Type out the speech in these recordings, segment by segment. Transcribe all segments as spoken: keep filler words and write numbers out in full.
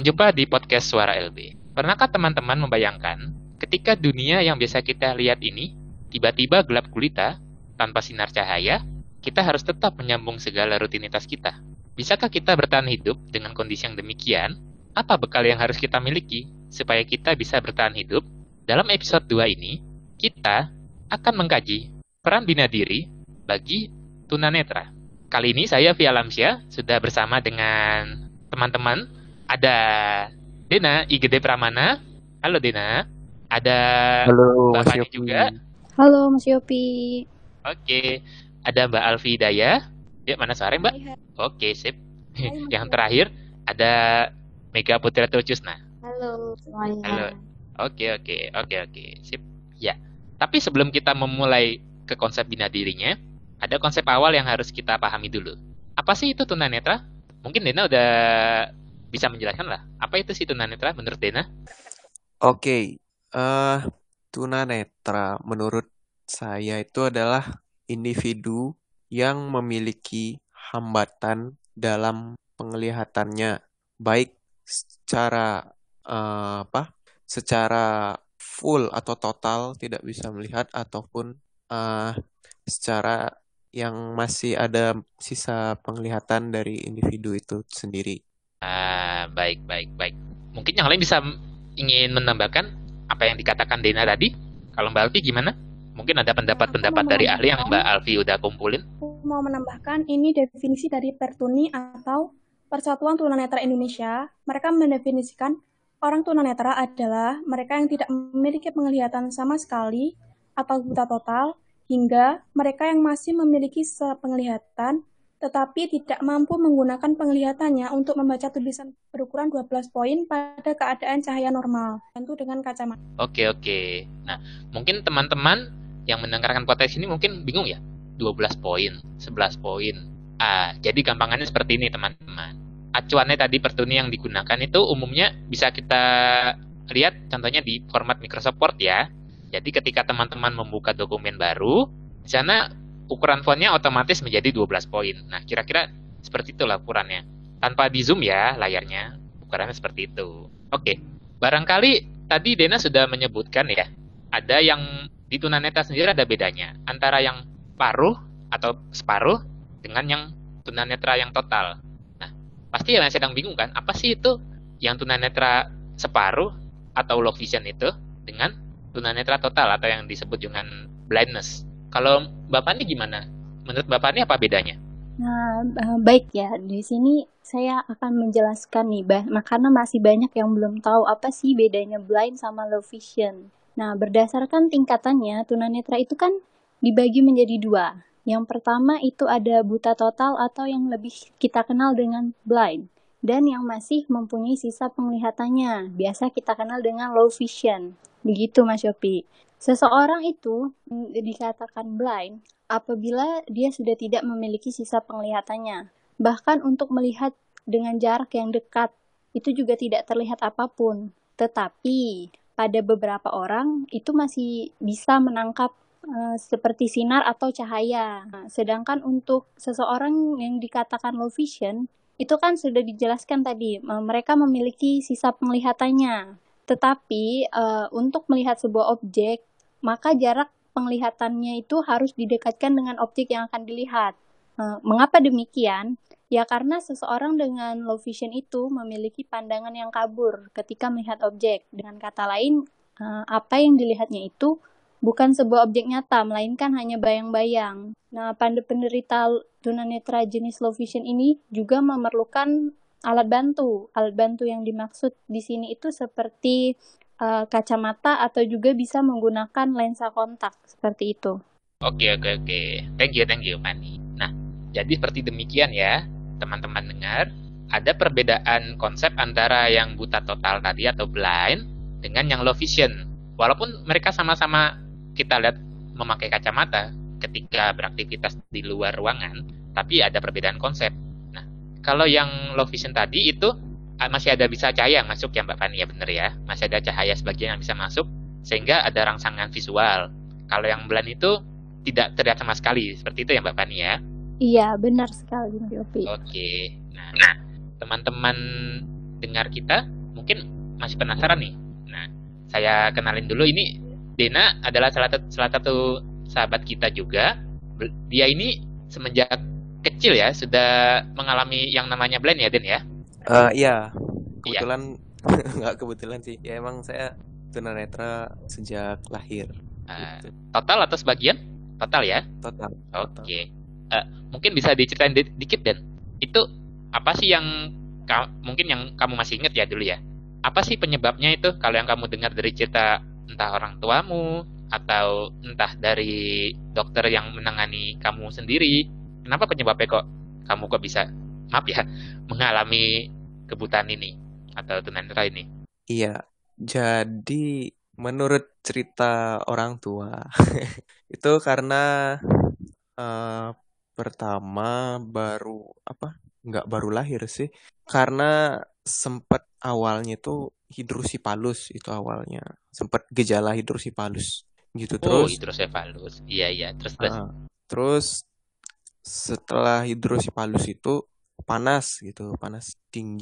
Jumpa di podcast Suara L B. Pernahkah teman-teman membayangkan ketika dunia yang biasa kita lihat ini tiba-tiba gelap gulita tanpa sinar cahaya, kita harus tetap menyambung segala rutinitas kita. Bisakah kita bertahan hidup dengan kondisi yang demikian? Apa bekal yang harus kita miliki supaya kita bisa bertahan hidup? Dalam episode dua ini, kita akan mengkaji peran bina diri bagi tunanetra. Kali ini saya Via Lamsyah sudah bersama dengan teman-teman. Ada Dena I G D Pramana. Halo Dena. Ada Halo, Mbak Mas Fani Yopi. juga. Halo Mas Yopi. Oke. Ada Mbak Alfi Daya. Ya, mana suara Mbak? Hai, hai. Oke, sip. Hai, Mas Yang Yopi. terakhir ada Mega Putra Tulcusna. Halo semuanya. Halo. Oke, oke, oke, oke. Sip. Ya. Tapi sebelum kita memulai ke konsep bina dirinya, ada konsep awal yang harus kita pahami dulu. Apa sih itu tunanetra? Mungkin Dena udah bisa menjelaskan lah. Apa itu sih tunanetra menurut Dena? Oke, eh tunanetra menurut saya itu adalah individu yang memiliki hambatan dalam penglihatannya, baik secara eh, apa? Secara full atau total tidak bisa melihat ataupun eh, secara yang masih ada sisa penglihatan dari individu itu sendiri. Ah, baik, baik, baik. Mungkin yang lain bisa m- ingin menambahkan apa yang dikatakan Dena tadi? Kalau Mbak Alfi gimana? Mungkin ada pendapat-pendapat Aku mau dari ahli yang Mbak menambahkan- Alfi udah kumpulin. Aku mau menambahkan ini definisi dari Pertuni atau Persatuan Tunanetra Indonesia. Mereka mendefinisikan orang tunanetra adalah mereka yang tidak memiliki penglihatan sama sekali atau buta total, hingga mereka yang masih memiliki sepenglihatan tetapi tidak mampu menggunakan penglihatannya untuk membaca tulisan berukuran dua belas poin pada keadaan cahaya normal, tentu dengan kacamata. Oke, oke. Nah, mungkin teman-teman yang mendengarkan podcast ini mungkin bingung ya. dua belas poin, sebelas poin. Ah, jadi gampangannya seperti ini, teman-teman. Acuannya tadi Pertuni yang digunakan itu umumnya bisa kita lihat contohnya di format Microsoft Word ya. Jadi ketika teman-teman membuka dokumen baru, di sana ukuran fontnya otomatis menjadi dua belas poin. Nah, kira-kira seperti itulah ukurannya. Tanpa di zoom ya layarnya, ukurannya seperti itu. Oke, barangkali tadi Dena sudah menyebutkan ya, ada yang di tunanetra sendiri ada bedanya antara yang paruh atau separuh dengan yang tunanetra yang total. Nah, pasti yang sedang bingung kan, apa sih itu yang tunanetra separuh atau low vision itu dengan tunanetra total atau yang disebut dengan blindness. Kalau Bapak ini gimana? Menurut Bapak ini apa bedanya? Nah, eh, baik ya. Di sini saya akan menjelaskan nih, bah, nah, karena masih banyak yang belum tahu apa sih bedanya blind sama low vision. Nah, berdasarkan tingkatannya, tunanetra itu kan dibagi menjadi dua. Yang pertama itu ada buta total atau yang lebih kita kenal dengan blind. Dan yang masih mempunyai sisa penglihatannya, biasa kita kenal dengan low vision. Begitu Mas Yopi. Seseorang itu mm, dikatakan blind apabila dia sudah tidak memiliki sisa penglihatannya. Bahkan untuk melihat dengan jarak yang dekat, itu juga tidak terlihat apapun. Tetapi pada beberapa orang itu masih bisa menangkap eh, seperti sinar atau cahaya. Nah, sedangkan untuk seseorang yang dikatakan low vision, itu kan sudah dijelaskan tadi, eh, mereka memiliki sisa penglihatannya. Tetapi eh, untuk melihat sebuah objek, maka jarak penglihatannya itu harus didekatkan dengan objek yang akan dilihat. Eh, mengapa demikian? Ya karena seseorang dengan low vision itu memiliki pandangan yang kabur ketika melihat objek. Dengan kata lain, eh, apa yang dilihatnya itu bukan sebuah objek nyata, melainkan hanya bayang-bayang. Nah, pada penderita tunanetra jenis low vision ini juga memerlukan alat bantu. Alat bantu yang dimaksud di sini itu seperti uh, kacamata atau juga bisa menggunakan lensa kontak seperti itu. Oke, oke, oke. Thank you, thank you, Fani. Nah, jadi seperti demikian ya, teman-teman dengar. Ada perbedaan konsep antara yang buta total tadi atau blind dengan yang low vision. Walaupun mereka sama-sama kita lihat memakai kacamata ketika beraktivitas di luar ruangan, tapi ada perbedaan konsep. Nah, kalau yang low vision tadi itu ah, masih ada bisa cahaya yang masuk ya Mbak Fani ya, bener ya. Masih ada cahaya sebagian yang bisa masuk sehingga ada rangsangan visual. Kalau yang blind itu tidak terlihat sama sekali. Seperti itu ya Mbak Fani ya. Iya, benar sekali Mas Yopi. Oke. Nah, teman-teman pendengar kita mungkin masih penasaran nih. Nah, saya kenalin dulu, ini Dena adalah salah, salah satu sahabat kita juga. Dia ini semenjak kecil ya sudah mengalami yang namanya blind ya, Den ya? Uh, iya, Iya. kebetulan nggak kebetulan sih. Ya emang saya tunanetra sejak lahir. Uh, gitu. Total atau sebagian? Total ya? Total. Oke. Okay. Uh, mungkin bisa diceritain di- dikit, Den. Itu apa sih yang ka- mungkin yang kamu masih ingat ya dulu ya? Apa sih penyebabnya itu? Kalau yang kamu dengar dari cerita entah orang tuamu atau entah dari dokter yang menangani kamu sendiri, kenapa penyebabnya kok kamu kok bisa, maaf ya, mengalami kebutaan ini atau tunanetra ini? Iya, jadi menurut cerita orang tua itu karena uh, pertama baru apa? Nggak baru lahir sih, karena sempat awalnya itu hidrosipalus itu awalnya sempat gejala hidrosipalus gitu. Oh, Terus hidrosefalus. Iya, iya. Terus terus. uh, terus setelah hidrosipalus itu panas gitu, panas tinggi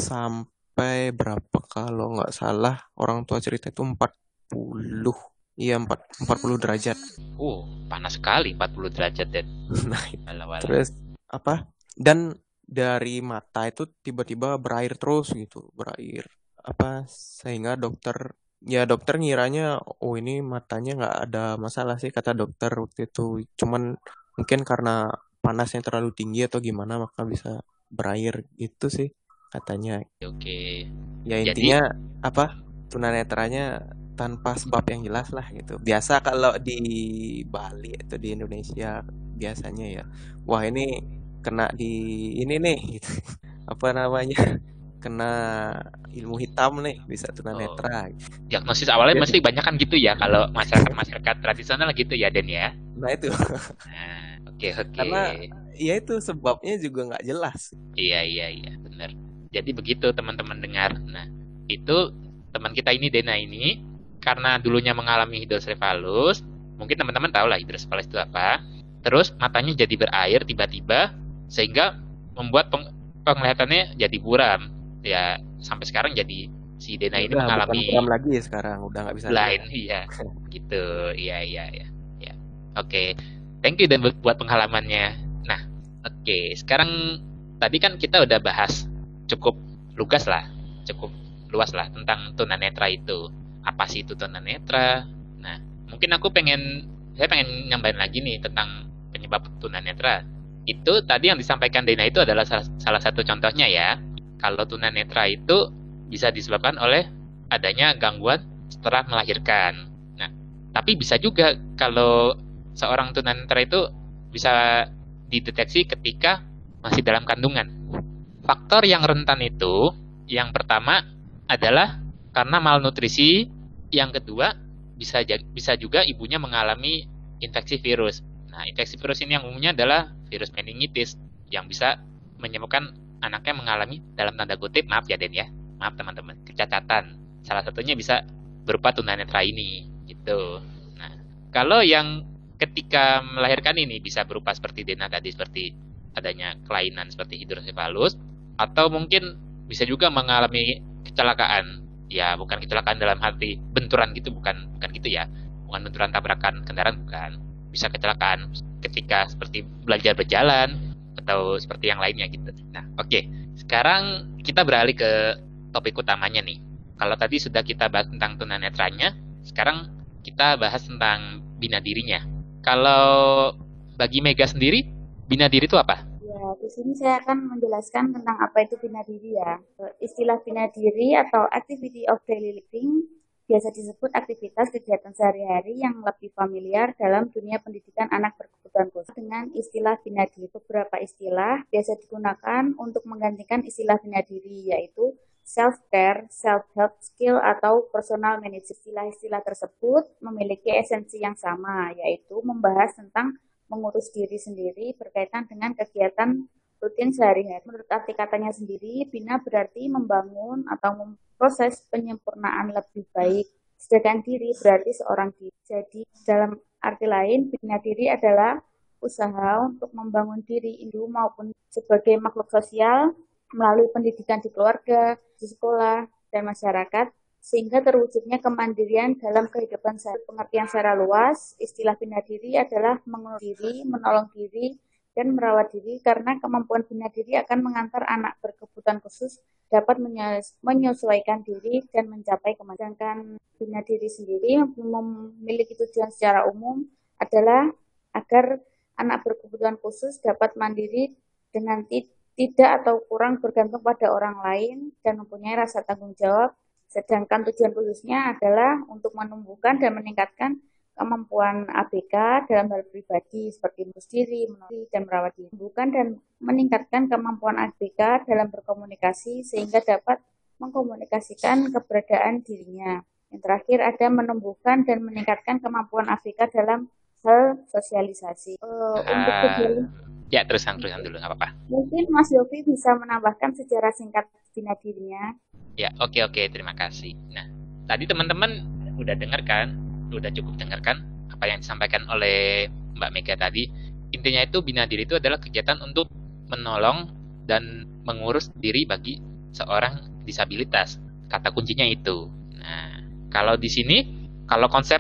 sampai berapa, kalau nggak salah orang tua cerita itu empat puluh. Iya, empat puluh derajat. Uh, panas sekali empat puluh derajat, Den. Nah, Walah-walah. terus apa? Dan dari mata itu tiba-tiba berair terus gitu, berair apa, sehingga dokter ya dokter ngiranya oh ini matanya nggak ada masalah sih, kata dokter waktu itu, cuman mungkin karena panasnya terlalu tinggi atau gimana maka bisa berair gitu sih katanya. Oke. Ya Jadi intinya apa, tunanetranya tanpa sebab yang jelas lah gitu. Biasa kalau di Bali atau di Indonesia biasanya ya, wah ini kena di ini nih gitu. Apa namanya, kena ilmu hitam nih, bisa tunanetra. oh, diagnosis awalnya Jadi- mesti banyak kan gitu ya kalau masyarakat-masyarakat tradisional gitu ya, Den ya. Nah itu Nah, oke oke. karena ya itu sebabnya juga nggak jelas. Iya iya iya, benar. Jadi begitu teman-teman dengar. Nah, itu teman kita ini Dena ini karena dulunya mengalami hidrosefalus, mungkin teman-teman tahu lah hidrosefalus itu apa. Terus matanya jadi berair tiba-tiba sehingga membuat peng- penglihatannya jadi buram. Ya, sampai sekarang jadi si Dena ini Udah, mengalami bukan buram lagi sekarang, udah nggak bisa blind. lihat. Iya, gitu. Iya iya iya. Ya. Oke. Thank you Dan buat pengalamannya. Nah, oke, sekarang tadi kan kita udah bahas cukup lugas lah, cukup luas lah tentang tunanetra itu. Apa sih itu tunanetra? Nah, mungkin aku pengen, saya pengen nyambain lagi nih tentang penyebab tunanetra. Itu tadi yang disampaikan Dena itu adalah salah, salah satu contohnya ya. Kalau tunanetra itu bisa disebabkan oleh adanya gangguan setelah melahirkan. Nah, tapi bisa juga kalau seorang tunanetra itu bisa dideteksi ketika masih dalam kandungan. Faktor yang rentan itu, yang pertama adalah karena malnutrisi, yang kedua bisa bisa juga ibunya mengalami infeksi virus. Nah, infeksi virus ini yang umumnya adalah virus meningitis yang bisa menyebabkan anaknya mengalami, dalam tanda kutip, maaf ya Den ya, maaf teman-teman, kecacatan. Salah satunya bisa berupa tunanetra ini, gitu. Nah, kalau yang ketika melahirkan ini bisa berupa seperti Dena tadi, seperti adanya kelainan seperti hidrosefalus, atau mungkin bisa juga mengalami kecelakaan. Ya, bukan kecelakaan dalam arti benturan gitu, bukan bukan gitu ya. Bukan benturan tabrakan kendaraan, bukan. Bisa kecelakaan ketika seperti belajar berjalan atau seperti yang lainnya gitu. Nah, oke. Okay. Sekarang kita beralih ke topik utamanya nih. Kalau tadi sudah kita bahas tentang tunanetranya, sekarang kita bahas tentang bina dirinya. Kalau bagi Mega sendiri, bina diri itu apa? Ya, di sini saya akan menjelaskan tentang apa itu bina diri ya. Istilah bina diri atau activity of daily living biasa disebut aktivitas kegiatan sehari-hari yang lebih familiar dalam dunia pendidikan anak berkebutuhan khusus dengan istilah bina diri. Beberapa istilah biasa digunakan untuk menggantikan istilah bina diri, yaitu self-care, self-help skill, atau personal management. Istilah-istilah tersebut memiliki esensi yang sama, yaitu membahas tentang mengurus diri sendiri berkaitan dengan kegiatan rutin sehari-hari. Menurut arti katanya sendiri, bina berarti membangun atau memproses penyempurnaan lebih baik. Sedangkan diri berarti seorang diri. Jadi dalam arti lain, bina diri adalah usaha untuk membangun diri individu maupun sebagai makhluk sosial melalui pendidikan di keluarga, di sekolah, dan masyarakat, sehingga terwujudnya kemandirian dalam kehidupan sehari. Pengertian secara luas, istilah bina diri adalah mengenal diri, menolong diri, dan merawat diri, karena kemampuan bina diri akan mengantar anak berkebutuhan khusus dapat menyesuaikan diri dan mencapai kemajuan. Bina diri sendiri memiliki tujuan secara umum adalah agar anak berkebutuhan khusus dapat mandiri dengan tidak atau kurang bergantung pada orang lain dan mempunyai rasa tanggung jawab. Sedangkan tujuan khususnya adalah untuk menumbuhkan dan meningkatkan kemampuan A B K dalam hal pribadi seperti mengurus diri, menolong dan merawat diri. Menumbuhkan dan meningkatkan kemampuan A B K dalam berkomunikasi sehingga dapat mengkomunikasikan keberadaan dirinya. Yang terakhir ada menumbuhkan dan meningkatkan kemampuan A B K dalam hal sosialisasi. Uh, untuk Uh, ya, terusan terusan dulu, nggak apa-apa. Mungkin Mas Yofi bisa menambahkan secara singkat bina dirinya. Ya, oke oke, terima kasih. Nah, tadi teman-teman udah dengar kan, udah cukup dengar kan apa yang disampaikan oleh Mbak Mega tadi. Intinya itu bina diri itu adalah kegiatan untuk menolong dan mengurus diri bagi seorang disabilitas. Kata kuncinya itu. Nah, kalau di sini, kalau konsep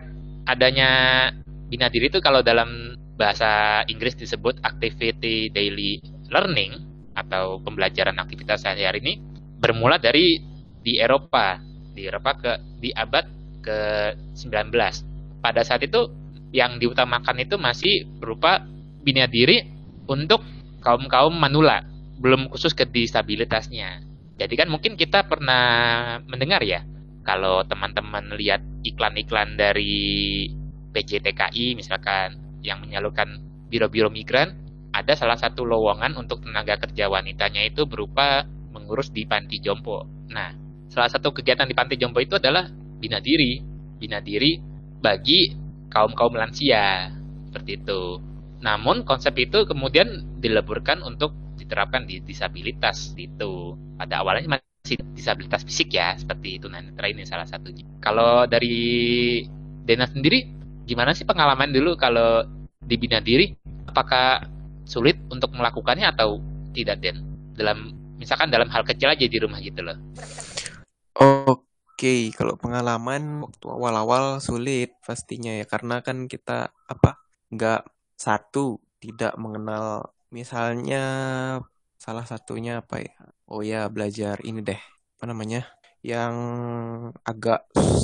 adanya bina diri itu kalau dalam bahasa Inggris disebut activity daily learning atau pembelajaran aktivitas sehari-hari ini bermula dari di Eropa, di Eropa ke di abad ke sembilan belas. Pada saat itu yang diutamakan itu masih berupa bina diri untuk kaum-kaum manula, belum khusus ke disabilitasnya. Jadi kan mungkin kita pernah mendengar ya, kalau teman-teman lihat iklan-iklan dari P J T K I misalkan yang menyalurkan biro-biro migran, ada salah satu lowongan untuk tenaga kerja wanitanya itu berupa mengurus di panti jompo. Nah, salah satu kegiatan di panti jompo itu adalah bina diri, bina diri bagi kaum-kaum lansia, seperti itu. Namun konsep itu kemudian dileburkan untuk diterapkan di disabilitas, gitu. Pada awalnya masih disabilitas fisik ya, seperti tunanetra ini salah satunya. Kalau dari Dena sendiri, gimana sih pengalaman dulu kalau di bina diri? Apakah sulit untuk melakukannya atau tidak, Den? Dalam misalkan dalam hal kecil aja di rumah gitu loh. Oke, kalau pengalaman waktu awal-awal sulit pastinya ya, karena kan kita apa nggak satu tidak mengenal, misalnya salah satunya apa ya? Oh ya, belajar ini deh, apa namanya? Yang agak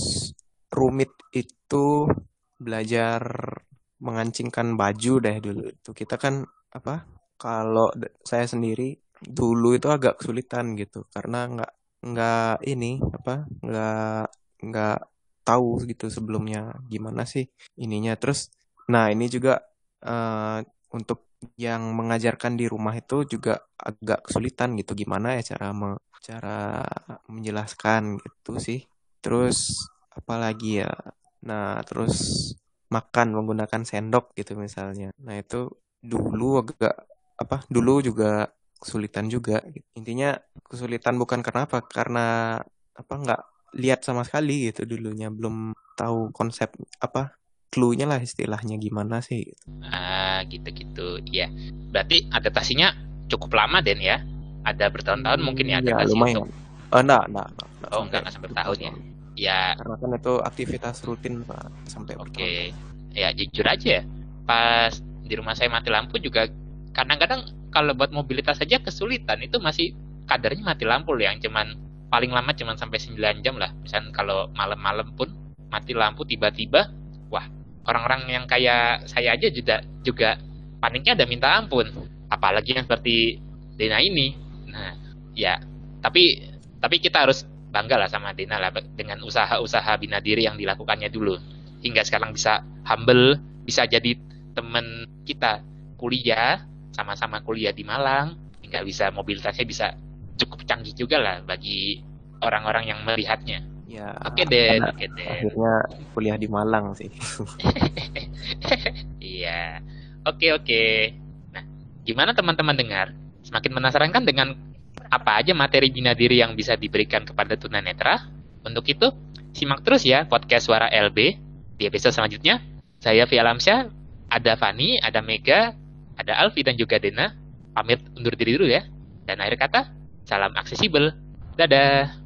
rumit itu belajar mengancingkan baju deh dulu. Itu kita kan apa? Kalau saya sendiri dulu itu agak kesulitan gitu, karena nggak nggak ini apa nggak nggak tahu gitu sebelumnya gimana sih ininya. Terus nah ini juga uh, untuk yang mengajarkan di rumah itu juga agak kesulitan gitu, gimana ya cara me, cara menjelaskan gitu sih. Terus apalagi ya, nah terus makan menggunakan sendok gitu misalnya. Nah itu dulu agak apa dulu juga kesulitan juga. Intinya kesulitan bukan karena apa, karena apa nggak lihat sama sekali gitu dulunya, belum tahu konsep apa clue-nya lah istilahnya gimana sih gitu. Ah, gitu-gitu. Ya. Berarti adaptasinya cukup lama, Den ya. Ada bertahun-tahun mungkin ya adaptasi ya, lumayan. untuk Oh, enggak, enggak, enggak, enggak Oh, sampai enggak sampai bertahun ya. Ya. Karena kan itu aktivitas rutin Pak, sampai Oke. bertahun. Ya, jujur aja ya. Pas di rumah saya mati lampu juga kadang-kadang kalau buat mobilitas saja kesulitan, itu masih kadarnya mati lampu loh, yang cuman paling lama cuman sampai sembilan jam lah. Misalnya kalau malam-malam pun mati lampu tiba-tiba, wah, orang-orang yang kayak saya aja juga juga paniknya ada minta ampun. Apalagi yang seperti Dena ini. Nah, ya, tapi tapi kita harus bangga lah sama Dena lah dengan usaha-usaha bina diri yang dilakukannya dulu. Hingga sekarang bisa humble, bisa jadi teman kita kuliah, sama-sama kuliah di Malang, hingga bisa mobilitasnya bisa cukup canggih juga lah bagi orang-orang yang melihatnya. Ya, oke Den, oke Den. Akhirnya kuliah di Malang sih. Iya, oke oke. Nah, gimana teman-teman dengar? Semakin penasaran kan dengan apa aja materi bina diri yang bisa diberikan kepada tunanetra? Untuk itu, simak terus ya podcast Suara L B di episode selanjutnya. Saya Fia Lamsyah, ada Fani, ada Mega, ada Alfi dan juga Dena. Pamit undur diri dulu ya. Dan akhir kata, Salam aksesibel. Dadah.